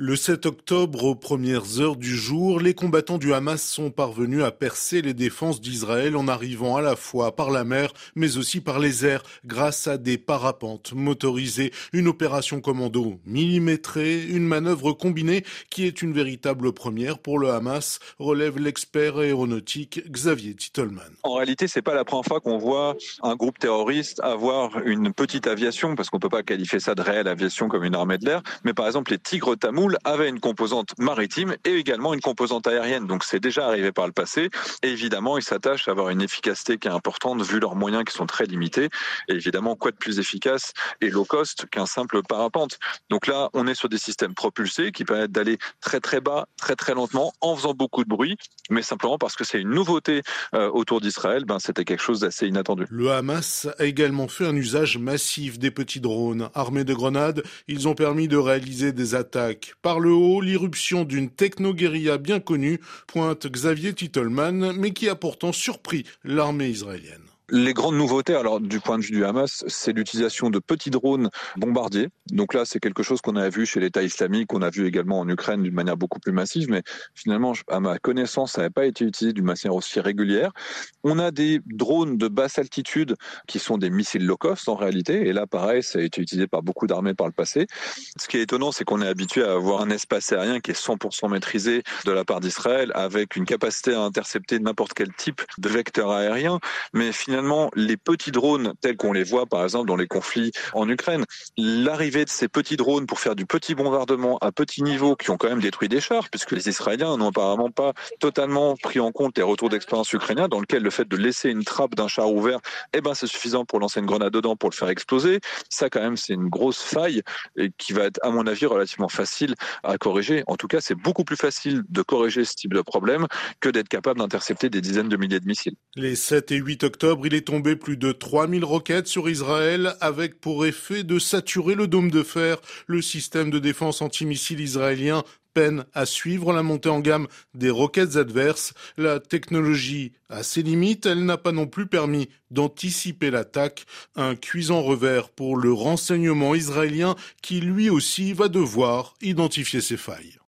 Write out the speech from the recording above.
Le 7 octobre, aux premières heures du jour, les combattants du Hamas sont parvenus à percer les défenses d'Israël en arrivant à la fois par la mer, mais aussi par les airs, grâce à des parapentes motorisés. Une opération commando millimétrée, une manœuvre combinée qui est une véritable première pour le Hamas, relève l'expert aéronautique Xavier Titelman. En réalité, c'est pas la première fois qu'on voit un groupe terroriste avoir une petite aviation, parce qu'on peut pas qualifier ça de réelle aviation comme une armée de l'air, mais par exemple les Tigres Tamoul avaient une composante maritime et également une composante aérienne, donc c'est déjà arrivé par le passé, et évidemment ils s'attachent à avoir une efficacité qui est importante vu leurs moyens qui sont très limités, et évidemment quoi de plus efficace et low cost qu'un simple parapente. Donc là, on est sur des systèmes propulsés qui permettent d'aller très très bas, très très lentement, en faisant beaucoup de bruit, mais simplement parce que c'est une nouveauté autour d'Israël, c'était quelque chose d'assez inattendu. Le Hamas a également fait un usage massif des petits drones. Armés de grenades, ils ont permis de réaliser des attaques. Par le haut, l'irruption d'une techno-guérilla bien connue, pointe Xavier Titelman, mais qui a pourtant surpris l'armée israélienne. Les grandes nouveautés, alors du point de vue du Hamas, c'est l'utilisation de petits drones bombardiers. Donc là, c'est quelque chose qu'on a vu chez l'État islamique, qu'on a vu également en Ukraine d'une manière beaucoup plus massive, mais finalement, à ma connaissance, ça n'a pas été utilisé d'une manière aussi régulière. On a des drones de basse altitude qui sont des missiles low cost en réalité, et là, pareil, ça a été utilisé par beaucoup d'armées par le passé. Ce qui est étonnant, c'est qu'on est habitué à avoir un espace aérien qui est 100% maîtrisé de la part d'Israël, avec une capacité à intercepter n'importe quel type de vecteur aérien, mais finalement, les petits drones tels qu'on les voit par exemple dans les conflits en Ukraine, l'arrivée de ces petits drones pour faire du petit bombardement à petit niveau qui ont quand même détruit des chars, puisque les Israéliens n'ont apparemment pas totalement pris en compte les retours d'expérience ukrainiens dans lequel le fait de laisser une trappe d'un char ouvert, c'est suffisant pour lancer une grenade dedans pour le faire exploser. Ça quand même c'est une grosse faille et qui va être à mon avis relativement facile à corriger. En tout cas, c'est beaucoup plus facile de corriger ce type de problème que d'être capable d'intercepter des dizaines de milliers de missiles. Les 7 et 8 octobre, il est tombé plus de 3000 roquettes sur Israël, avec pour effet de saturer le dôme de fer. Le système de défense antimissile israélien peine à suivre la montée en gamme des roquettes adverses. La technologie a ses limites, elle n'a pas non plus permis d'anticiper l'attaque. Un cuisant revers pour le renseignement israélien qui lui aussi va devoir identifier ses failles.